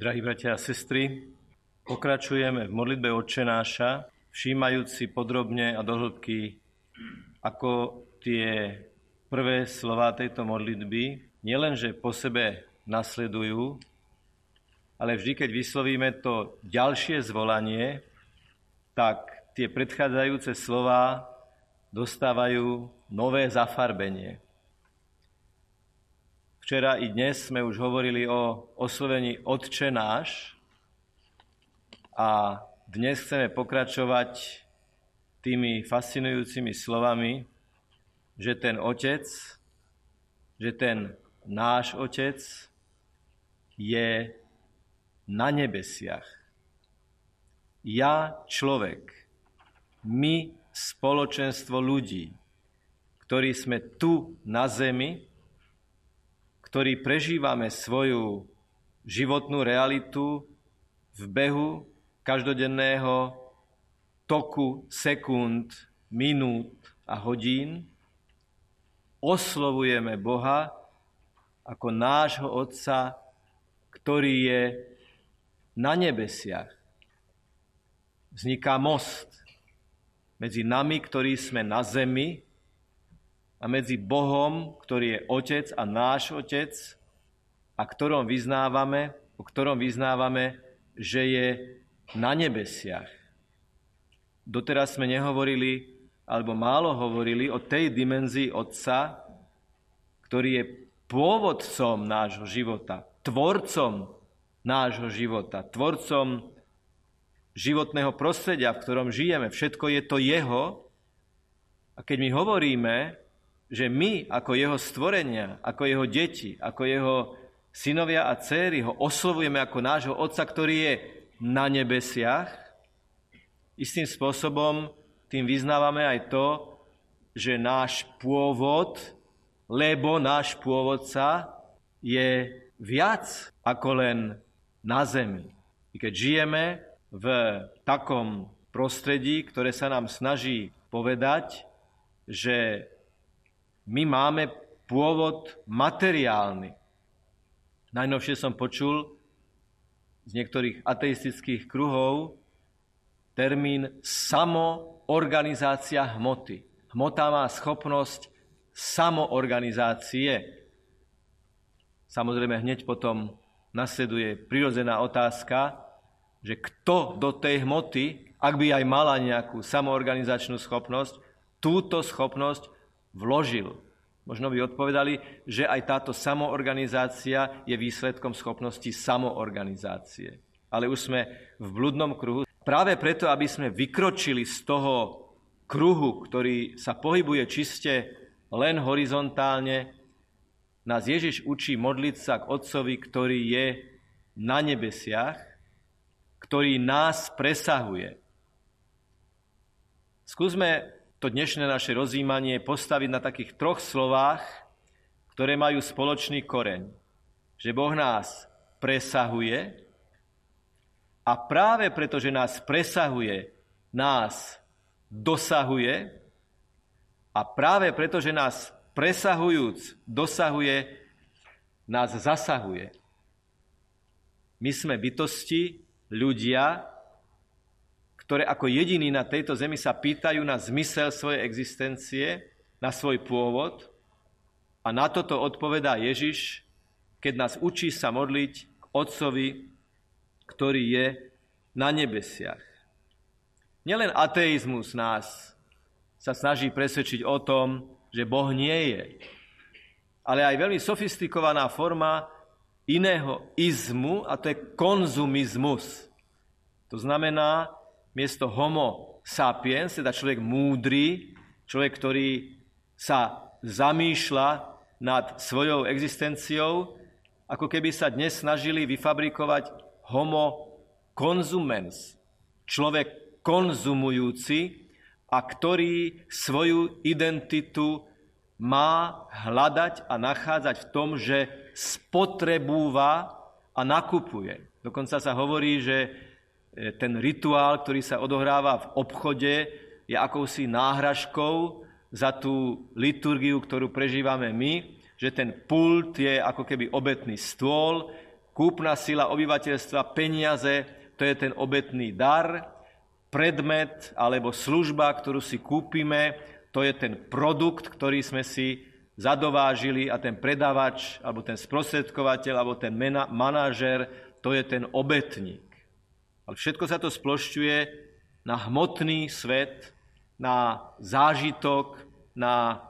Drahí bratia a sestry, pokračujeme v modlitbe Otčenáša, všímajúci podrobne a do hĺbky, ako tie prvé slová tejto modlitby nielenže po sebe nasledujú, ale vždy, keď vyslovíme to ďalšie zvolanie, tak tie predchádzajúce slová dostávajú nové zafarbenie. Včera i dnes sme už hovorili o oslovení Otče náš a dnes chceme pokračovať tými fascinujúcimi slovami, že ten Otec, že ten náš Otec je na nebesiach. Ja, človek, my, spoločenstvo ľudí, ktorí sme tu na zemi, ktorí prežívame svoju životnú realitu v behu každodenného toku sekúnd, minút a hodín, oslovujeme Boha ako nášho Otca, ktorý je na nebesiach. Vzniká most medzi nami, ktorí sme na zemi, a medzi Bohom, ktorý je Otec a náš Otec, o ktorom vyznávame, že je na nebesiach. Doteraz sme nehovorili, alebo málo hovorili o tej dimenzii Otca, ktorý je pôvodcom nášho života, tvorcom nášho života, tvorcom životného prostredia, v ktorom žijeme. Všetko je to jeho. A keď my hovoríme, že my ako jeho stvorenia, ako jeho deti, ako jeho synovia a dcéry ho oslovujeme ako nášho Otca, ktorý je na nebesiach, istým spôsobom tým vyznávame aj to, že náš pôvod, lebo náš pôvodca je viac ako len na zemi. I keď žijeme v takom prostredí, ktoré sa nám snaží povedať, že my máme pôvod materiálny. Najnovšie som počul z niektorých ateistických kruhov termín samoorganizácia hmoty. Hmota má schopnosť samoorganizácie. Samozrejme, hneď potom nasleduje prirodzená otázka, že kto do tej hmoty, ak by aj mala nejakú samoorganizačnú schopnosť, túto schopnosť vložil. Možno by odpovedali, že aj táto samoorganizácia je výsledkom schopnosti samoorganizácie. Ale už sme v bludnom kruhu. Práve preto, aby sme vykročili z toho kruhu, ktorý sa pohybuje čiste len horizontálne, nás Ježiš učí modliť sa k Otcovi, ktorý je na nebesiach, ktorý nás presahuje. Skúsme to dnešné naše rozjímanie postaviť na takých troch slovách, ktoré majú spoločný koreň. Že Boh nás presahuje a práve preto, že nás presahuje, nás dosahuje a práve preto, že nás presahujúc dosahuje, nás zasahuje. My sme bytosti, ľudia, ktoré ako jediní na tejto zemi sa pýtajú na zmysel svojej existencie, na svoj pôvod. A na toto odpovedá Ježiš, keď nás učí sa modliť k Otcovi, ktorý je na nebesiach. Nielen ateizmus nás sa snaží presvedčiť o tom, že Boh nie je, ale aj veľmi sofistikovaná forma iného izmu, a to je konzumizmus. To znamená, miesto homo sapiens, teda človek múdry, človek, ktorý sa zamýšľa nad svojou existenciou, ako keby sa dnes snažili vyfabrikovať homo consumens, človek konzumujúci a ktorý svoju identitu má hľadať a nachádzať v tom, že spotrebúva a nakupuje. Dokonca sa hovorí, že ten rituál, ktorý sa odohráva v obchode, je akousi náhražkou za tú liturgiu, ktorú prežívame my, že ten pult je ako keby obetný stôl, kúpna sila obyvateľstva, peniaze, to je ten obetný dar, predmet alebo služba, ktorú si kúpime, to je ten produkt, ktorý sme si zadovážili a ten predavač, alebo ten sprostredkovateľ, alebo ten manažér, to je ten obetník. Ale všetko sa to splošťuje na hmotný svet, na zážitok, na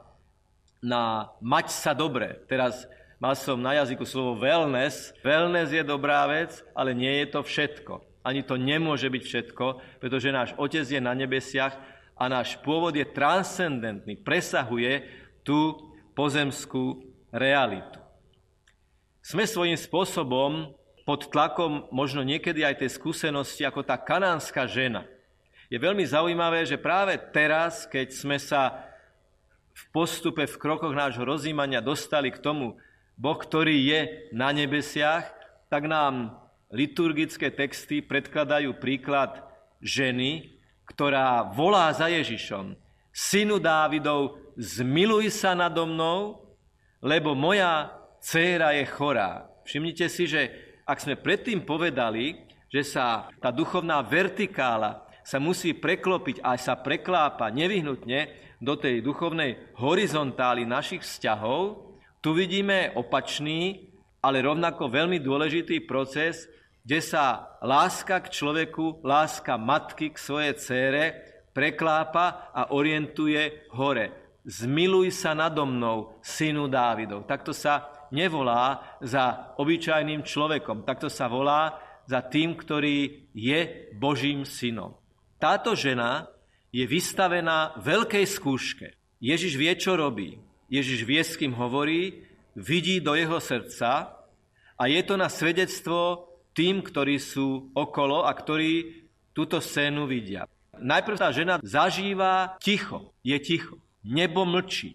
mať sa dobre. Teraz mal som na jazyku slovo wellness. Wellness je dobrá vec, ale nie je to všetko. Ani to nemôže byť všetko, pretože náš Otec je na nebesiach a náš pôvod je transcendentný, presahuje tú pozemskú realitu. Sme svojím spôsobom pod tlakom možno niekedy aj tej skúsenosti ako tá kanánska žena. Je veľmi zaujímavé, že práve teraz, keď sme sa v postupe, v krokoch nášho rozjímania dostali k tomu, Boh, ktorý je na nebesiach, tak nám liturgické texty predkladajú príklad ženy, ktorá volá za Ježišom: Synu Dávidov, zmiluj sa nado mnou, lebo moja dcéra je chorá. Všimnite si, že ak sme predtým povedali, že sa tá duchovná vertikála sa musí preklopiť a sa preklápa nevyhnutne do tej duchovnej horizontály našich vzťahov, tu vidíme opačný, ale rovnako veľmi dôležitý proces, kde sa láska k človeku, láska matky k svojej dcére preklápa a orientuje hore. Zmiluj sa nado mnou, synu Dávidov. Takto sa nevolá za obyčajným človekom. Takto sa volá za tým, ktorý je Božím synom. Táto žena je vystavená veľkej skúške. Ježiš vie, čo robí. Ježiš vie, s kým hovorí, vidí do jeho srdca a je to na svedectvo tým, ktorí sú okolo a ktorí túto scénu vidia. Najprv tá žena zažíva ticho, je ticho, nebo mlčí.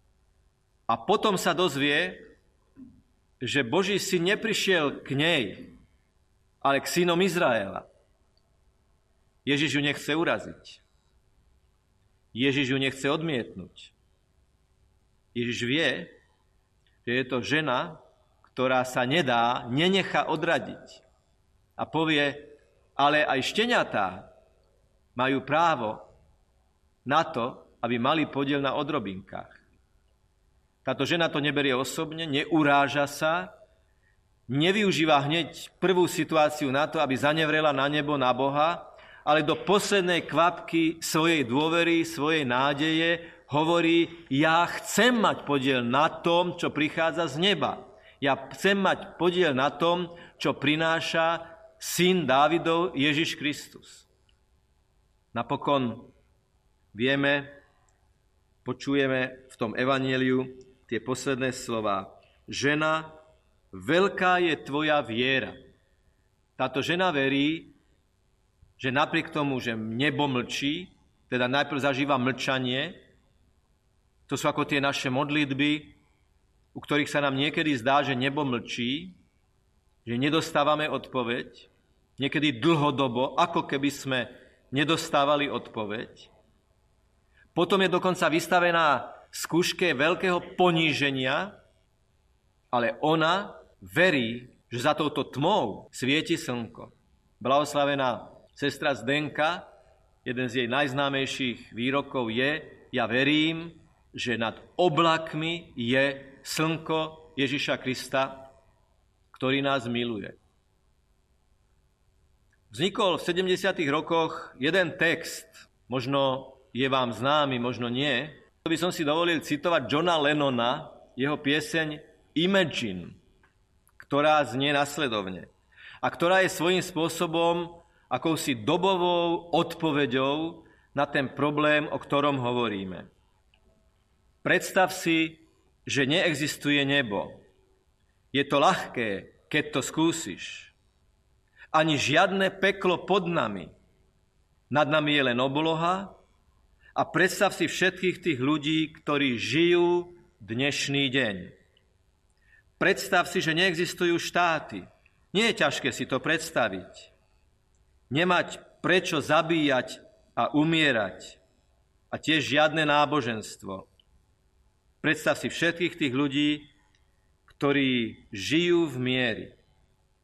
A potom sa dozvie, že Boží syn neprišiel k nej, ale k synom Izraela. Ježiš ju nechce uraziť. Ježiš ju nechce odmietnúť. Ježiš vie, že je to žena, ktorá sa nenechá odradiť. A povie, ale aj šteniatá majú právo na to, aby mali podiel na odrobinkách. Táto žena to neberie osobne, neuráža sa, nevyužíva hneď prvú situáciu na to, aby zanevrela na nebo, na Boha, ale do poslednej kvapky svojej dôvery, svojej nádeje hovorí: ja chcem mať podiel na tom, čo prichádza z neba. Ja chcem mať podiel na tom, čo prináša syn Dávidov Ježiš Kristus. Napokon vieme, počujeme v tom evanjeliu tie posledné slová: žena, veľká je tvoja viera. Táto žena verí, že napriek tomu, že nebo mlčí, teda najprv zažíva mlčanie, to sú ako tie naše modlitby, u ktorých sa nám niekedy zdá, že nebo mlčí, že nedostávame odpoveď, niekedy dlhodobo, ako keby sme nedostávali odpoveď. Potom je dokonca vystavená skúške veľkého poníženia, ale ona verí, že za touto tmou svieti slnko. Blahoslavená sestra Zdenka, jeden z jej najznámejších výrokov je: ja verím, že nad oblakmi je slnko Ježiša Krista, ktorý nás miluje. Vznikol v 70. rokoch jeden text, možno je vám známy, možno nie. To by som si dovolil citovať Johna Lennona, jeho pieseň Imagine, ktorá znie nasledovne a ktorá je svojím spôsobom akousi dobovou odpoveďou na ten problém, o ktorom hovoríme. Predstav si, že neexistuje nebo. Je to ľahké, keď to skúsiš. Ani žiadne peklo pod nami. Nad nami je len obloha a predstav si všetkých tých ľudí, ktorí žijú dnešný deň. Predstav si, že neexistujú štáty. Nie je ťažké si to predstaviť. Nemať prečo zabíjať a umierať a tiež žiadne náboženstvo. Predstav si všetkých tých ľudí, ktorí žijú v miery.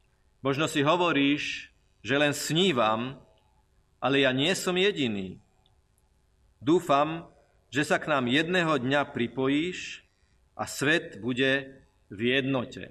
Možno si hovoríš, že len snívam, ale ja nie som jediný. Dúfam, že sa k nám jedného dňa pripojíš a svet bude v jednote.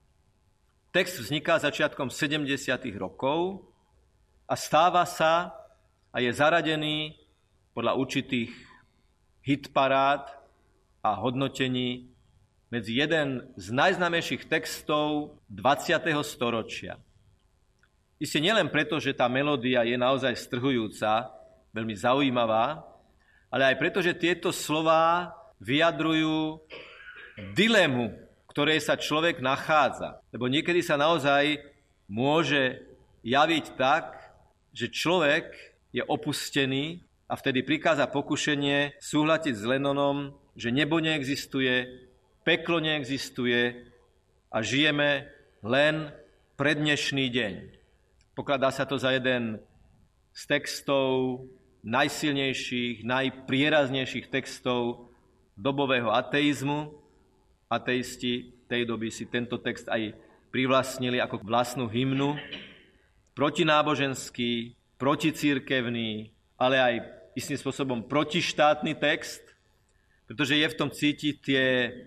Text vzniká začiatkom 70. rokov a stáva sa a je zaradený podľa určitých hitparád a hodnotení medzi jeden z najznámejších textov 20. storočia. Isté nielen preto, že tá melódia je naozaj strhujúca, veľmi zaujímavá, ale aj preto, že tieto slová vyjadrujú dilemu, v ktorej sa človek nachádza. Lebo niekedy sa naozaj môže javiť tak, že človek je opustený a vtedy prikáza pokušenie súhlasiť s Lennonom, že nebo neexistuje, peklo neexistuje a žijeme len pre dnešný deň. Pokladá sa to za jeden z textov najsilnejších, najprieraznejších textov dobového ateizmu. Ateisti tej doby si tento text aj privlastnili ako vlastnú hymnu. Protináboženský, proticírkevný, ale aj istým spôsobom protištátny text, pretože je v tom cítiť tie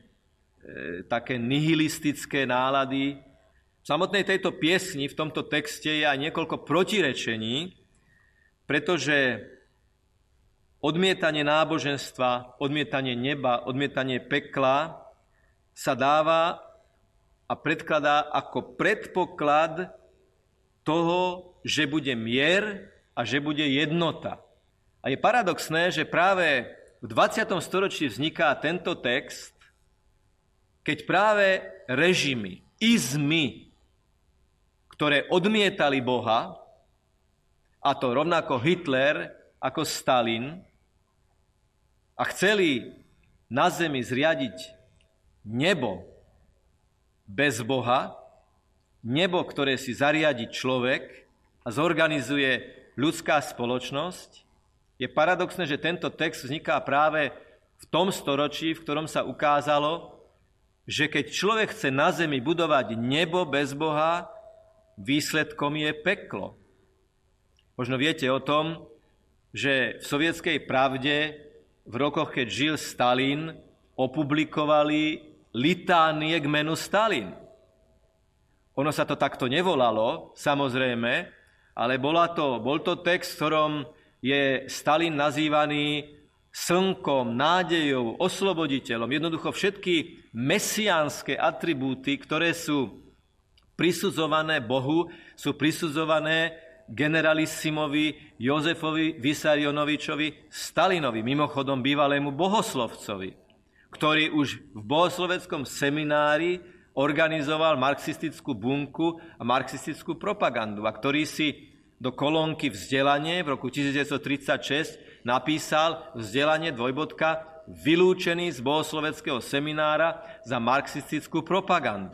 také nihilistické nálady. V samotnej tejto piesni, v tomto texte je aj niekoľko protirečení, pretože odmietanie náboženstva, odmietanie neba, odmietanie pekla sa dáva a predkladá ako predpoklad toho, že bude mier a že bude jednota. A je paradoxné, že práve v 20. storočí vzniká tento text, keď práve režimy, izmy, ktoré odmietali Boha, a to rovnako Hitler ako Stalin, a chceli na zemi zriadiť nebo bez Boha, nebo, ktoré si zariadi človek a zorganizuje ľudská spoločnosť, je paradoxné, že tento text vzniká práve v tom storočí, v ktorom sa ukázalo, že keď človek chce na zemi budovať nebo bez Boha, výsledkom je peklo. Možno viete o tom, že v Sovietskej pravde v rokoch, keď žil Stalin, opublikovali litánie k menu Stalin. Ono sa to takto nevolalo, samozrejme, ale bol to text, v ktorom je Stalin nazývaný slnkom, nádejou, osloboditeľom. Jednoducho všetky mesiánske atribúty, ktoré sú prisudzované Bohu, sú prisudzované generalissimovi Jozefovi Vysarionovičovi Stalinovi, mimochodom bývalému bohoslovcovi, ktorý už v bohosloveckom seminári organizoval marxistickú bunku a marxistickú propagandu a ktorý si do kolónky vzdelanie v roku 1936 napísal vzdelanie dvojbodka vylúčený z bohosloveckého seminára za marxistickú propagandu.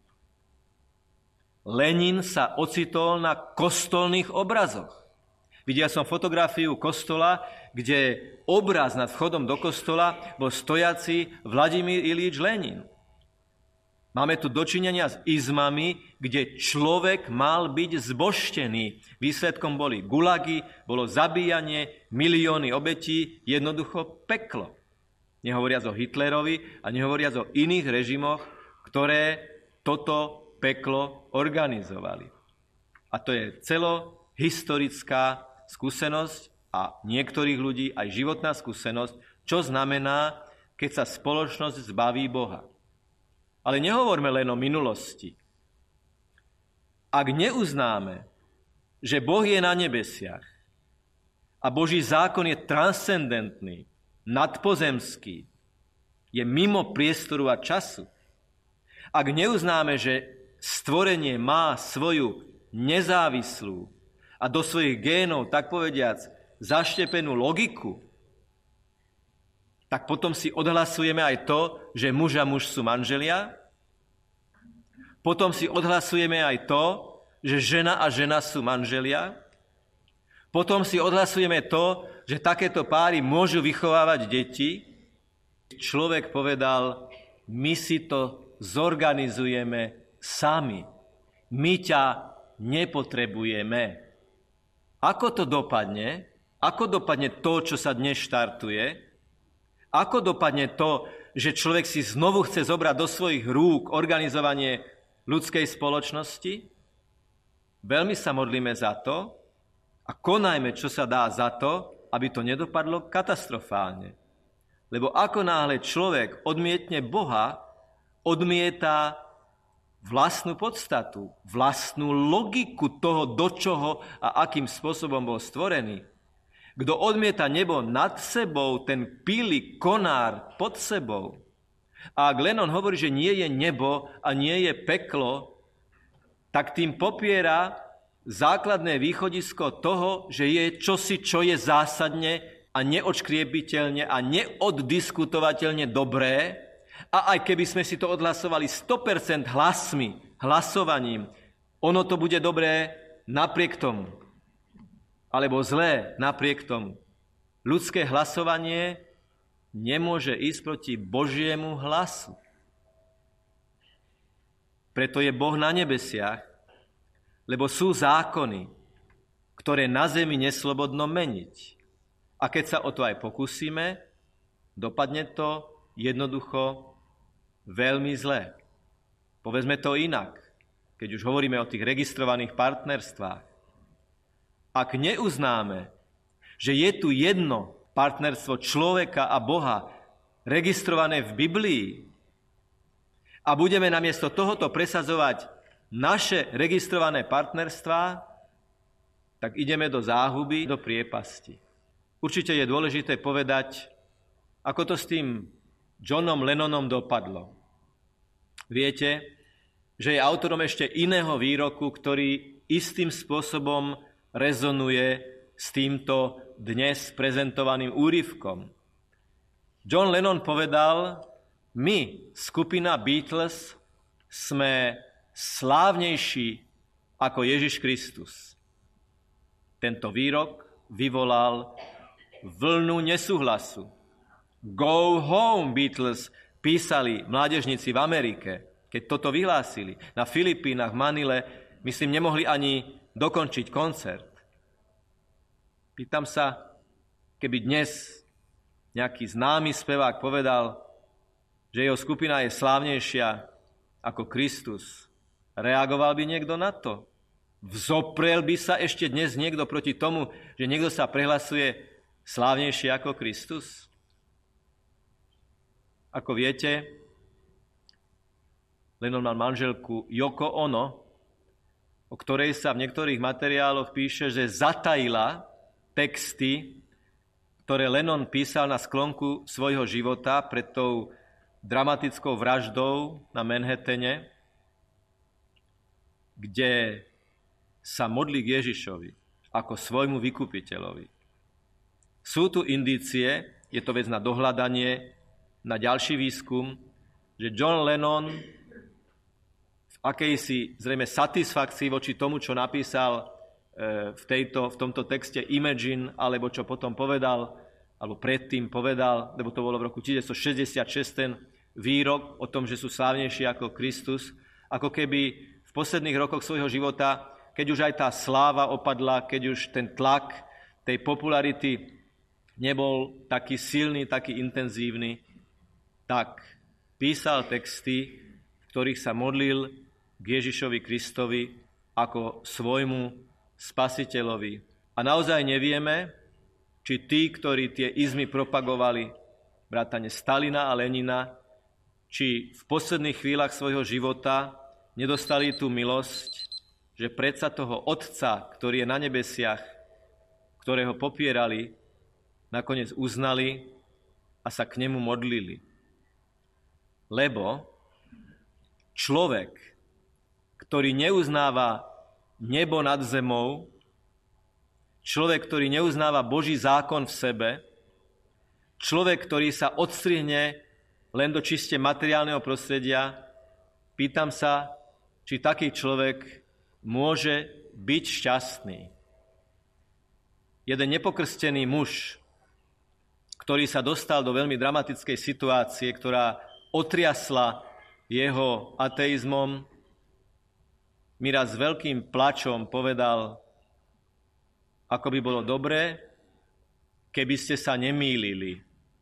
Lenin sa ocitol na kostolných obrazoch. Videl som fotografiu kostola, kde obraz nad vchodom do kostola bol stojaci Vladimír Iljič Lenin. Máme tu dočinenia s izmami, kde človek mal byť zbožtený. Výsledkom boli gulagy, bolo zabíjanie, milióny obetí, jednoducho peklo. Nehovoriac o Hitlerovi a nehovoriac o iných režimoch, ktoré toto peklo organizovali. A to je celohistorická skúsenosť a niektorých ľudí aj životná skúsenosť, čo znamená, keď sa spoločnosť zbaví Boha. Ale nehovorme len o minulosti. Ak neuznáme, že Boh je na nebesiach a Boží zákon je transcendentný, nadpozemský, je mimo priestoru a času, ak neuznáme, že stvorenie má svoju nezávislú a do svojich génov, tak povediac, zaštepenú logiku, tak potom si odhlasujeme aj to, že muž a muž sú manželia. Potom si odhlasujeme aj to, že žena a žena sú manželia. Potom si odhlasujeme to, že takéto páry môžu vychovávať deti. Človek povedal, my si to zorganizujeme sami. my ťa nepotrebujeme. Ako to dopadne? Ako dopadne to, čo sa dnes štartuje? Ako dopadne to, že človek si znovu chce zobrať do svojich rúk organizovanie ľudskej spoločnosti? Veľmi sa modlíme za to a konajme, čo sa dá za to, aby to nedopadlo katastrofálne. Lebo ako náhle človek odmietne Boha, odmieta vlastnú podstatu, vlastnú logiku toho, do čoho a akým spôsobom bol stvorený. Kto odmieta nebo nad sebou, ten píli konár pod sebou. A ak Lennon hovorí, že nie je nebo a nie je peklo, tak tým popiera základné východisko toho, že je čosi, čo je zásadne a neodškriepiteľne a neoddiskutovateľne dobré. A aj keby sme si to odhlasovali 100% hlasovaním, ono to bude dobré napriek tomu. Alebo zlé napriek tomu. Ľudské hlasovanie nemôže ísť proti Božiemu hlasu. Preto je Boh na nebesiach, lebo sú zákony, ktoré na zemi neslobodno meniť. A keď sa o to aj pokúsime, dopadne to jednoducho veľmi zle. Povedzme to inak, keď už hovoríme o tých registrovaných partnerstvách. Ak neuznáme, že je tu jedno partnerstvo človeka a Boha registrované v Biblii a budeme namiesto tohoto presadzovať naše registrované partnerstvá, tak ideme do záhuby, do priepasti. Určite je dôležité povedať, ako to s tým Johnom Lennonom dopadlo. Viete, že je autorom ešte iného výroku, ktorý istým spôsobom rezonuje s týmto dnes prezentovaným úryvkom. John Lennon povedal, my, skupina Beatles, sme slávnejší ako Ježiš Kristus. Tento výrok vyvolal vlnu nesúhlasu. Go home, Beatles, písali mládežníci v Amerike, keď toto vyhlásili. Na Filipínach, v Manile, myslím, nemohli ani dokončiť koncert. Pýtam sa, keby dnes nejaký známy spevák povedal, že jeho skupina je slávnejšia ako Kristus, reagoval by niekto na to? Vzoprel by sa ešte dnes niekto proti tomu, že niekto sa prehlasuje slávnejšie ako Kristus? Ako viete, Lennon mal manželku Yoko Ono, o ktorej sa v niektorých materiáloch píše, že zatajila texty, ktoré Lennon písal na sklonku svojho života pred tou dramatickou vraždou na Manhattane, kde sa modlí k Ježišovi ako svojmu vykupiteľovi. Sú tu indície, je to vec na dohľadanie, na ďalší výskum, že John Lennon v akejsi zrejme satisfakcii voči tomu, čo napísal v tomto texte Imagine, alebo čo potom povedal, alebo predtým povedal, lebo to bolo v roku 1966 ten výrok o tom, že sú slávnejší ako Kristus, ako keby v posledných rokoch svojho života, keď už aj tá sláva opadla, keď už ten tlak tej popularity nebol taký silný, taký intenzívny, tak písal texty, v ktorých sa modlil k Ježišovi Kristovi ako svojmu spasiteľovi. A naozaj nevieme, či tí, ktorí tie izmy propagovali, vrátane Stalina a Lenina, či v posledných chvíľach svojho života nedostali tú milosť, že predsa toho Otca, ktorý je na nebesiach, ktorého popierali, nakoniec uznali a sa k nemu modlili. Lebo človek, ktorý neuznáva nebo nad zemou, človek, ktorý neuznáva Boží zákon v sebe, človek, ktorý sa odstrihne len do čiste materiálneho prostredia, pýtam sa, či taký človek môže byť šťastný. Jeden nepokrstený muž, ktorý sa dostal do veľmi dramatickej situácie, ktorá otriasla jeho ateizmom, mi raz s veľkým plačom povedal, ako by bolo dobré, keby ste sa nemýlili.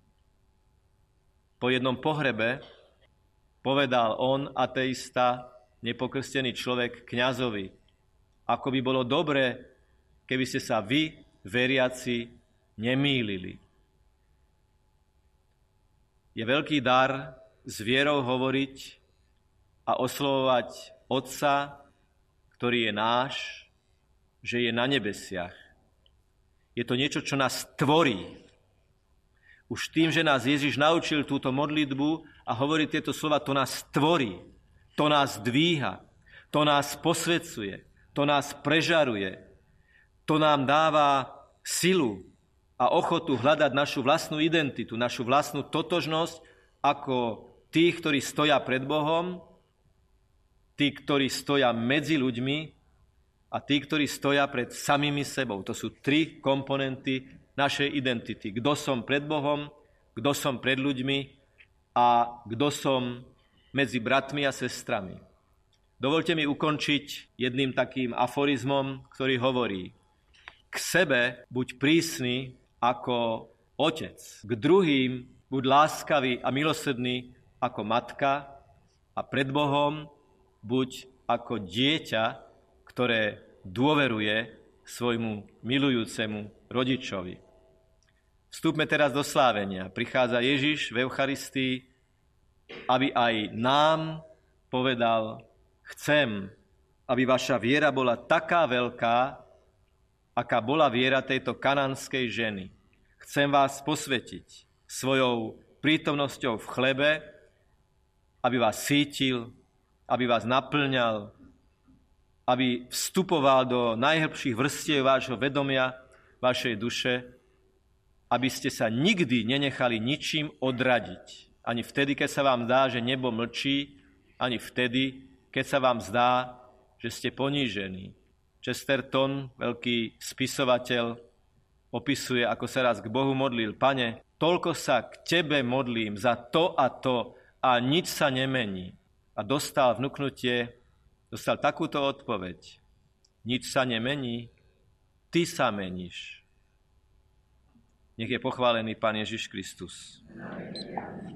Po jednom pohrebe povedal on, ateista, nepokrstený človek, kňazovi, ako by bolo dobré, keby ste sa vy, veriaci, nemýlili. Je veľký dar s vierou hovoriť a oslovovať Otca, ktorý je náš, že je na nebesiach. Je to niečo, čo nás tvorí. Už tým, že nás Ježiš naučil túto modlitbu a hovorí tieto slova, to nás tvorí, to nás dvíha, to nás posvedzuje, to nás prežaruje, to nám dáva silu a ochotu hľadať našu vlastnú identitu, našu vlastnú totožnosť ako tí, ktorí stoja pred Bohom, tí, ktorí stoja medzi ľuďmi a tí, ktorí stoja pred samými sebou. To sú 3 komponenty našej identity. Kto som pred Bohom, kto som pred ľuďmi a kto som medzi bratmi a sestrami. Dovoľte mi ukončiť jedným takým aforizmom, ktorý hovorí: k sebe buď prísny ako otec, k druhým buď láskavý a milosrdný ako matka a pred Bohom buď ako dieťa, ktoré dôveruje svojmu milujúcemu rodičovi. Vstúpme teraz do slávenia. Prichádza Ježiš v Eucharistii, aby aj nám povedal: chcem, aby vaša viera bola taká veľká, aká bola viera tejto kanánskej ženy. Chcem vás posvetiť svojou prítomnosťou v chlebe, aby vás sítil, aby vás naplňal, aby vstupoval do najhlbších vrstiev vášho vedomia, vašej duše, aby ste sa nikdy nenechali ničím odradiť. Ani vtedy, keď sa vám zdá, že nebo mlčí, ani vtedy, keď sa vám zdá, že ste ponížení. Chesterton, veľký spisovateľ, opisuje, ako sa raz k Bohu modlil: Pane, toľko sa k Tebe modlím za to a nič sa nemení. A dostal takúto odpoveď: nič sa nemení, Ty sa meníš. Nech je pochválený Pán Ježiš Kristus.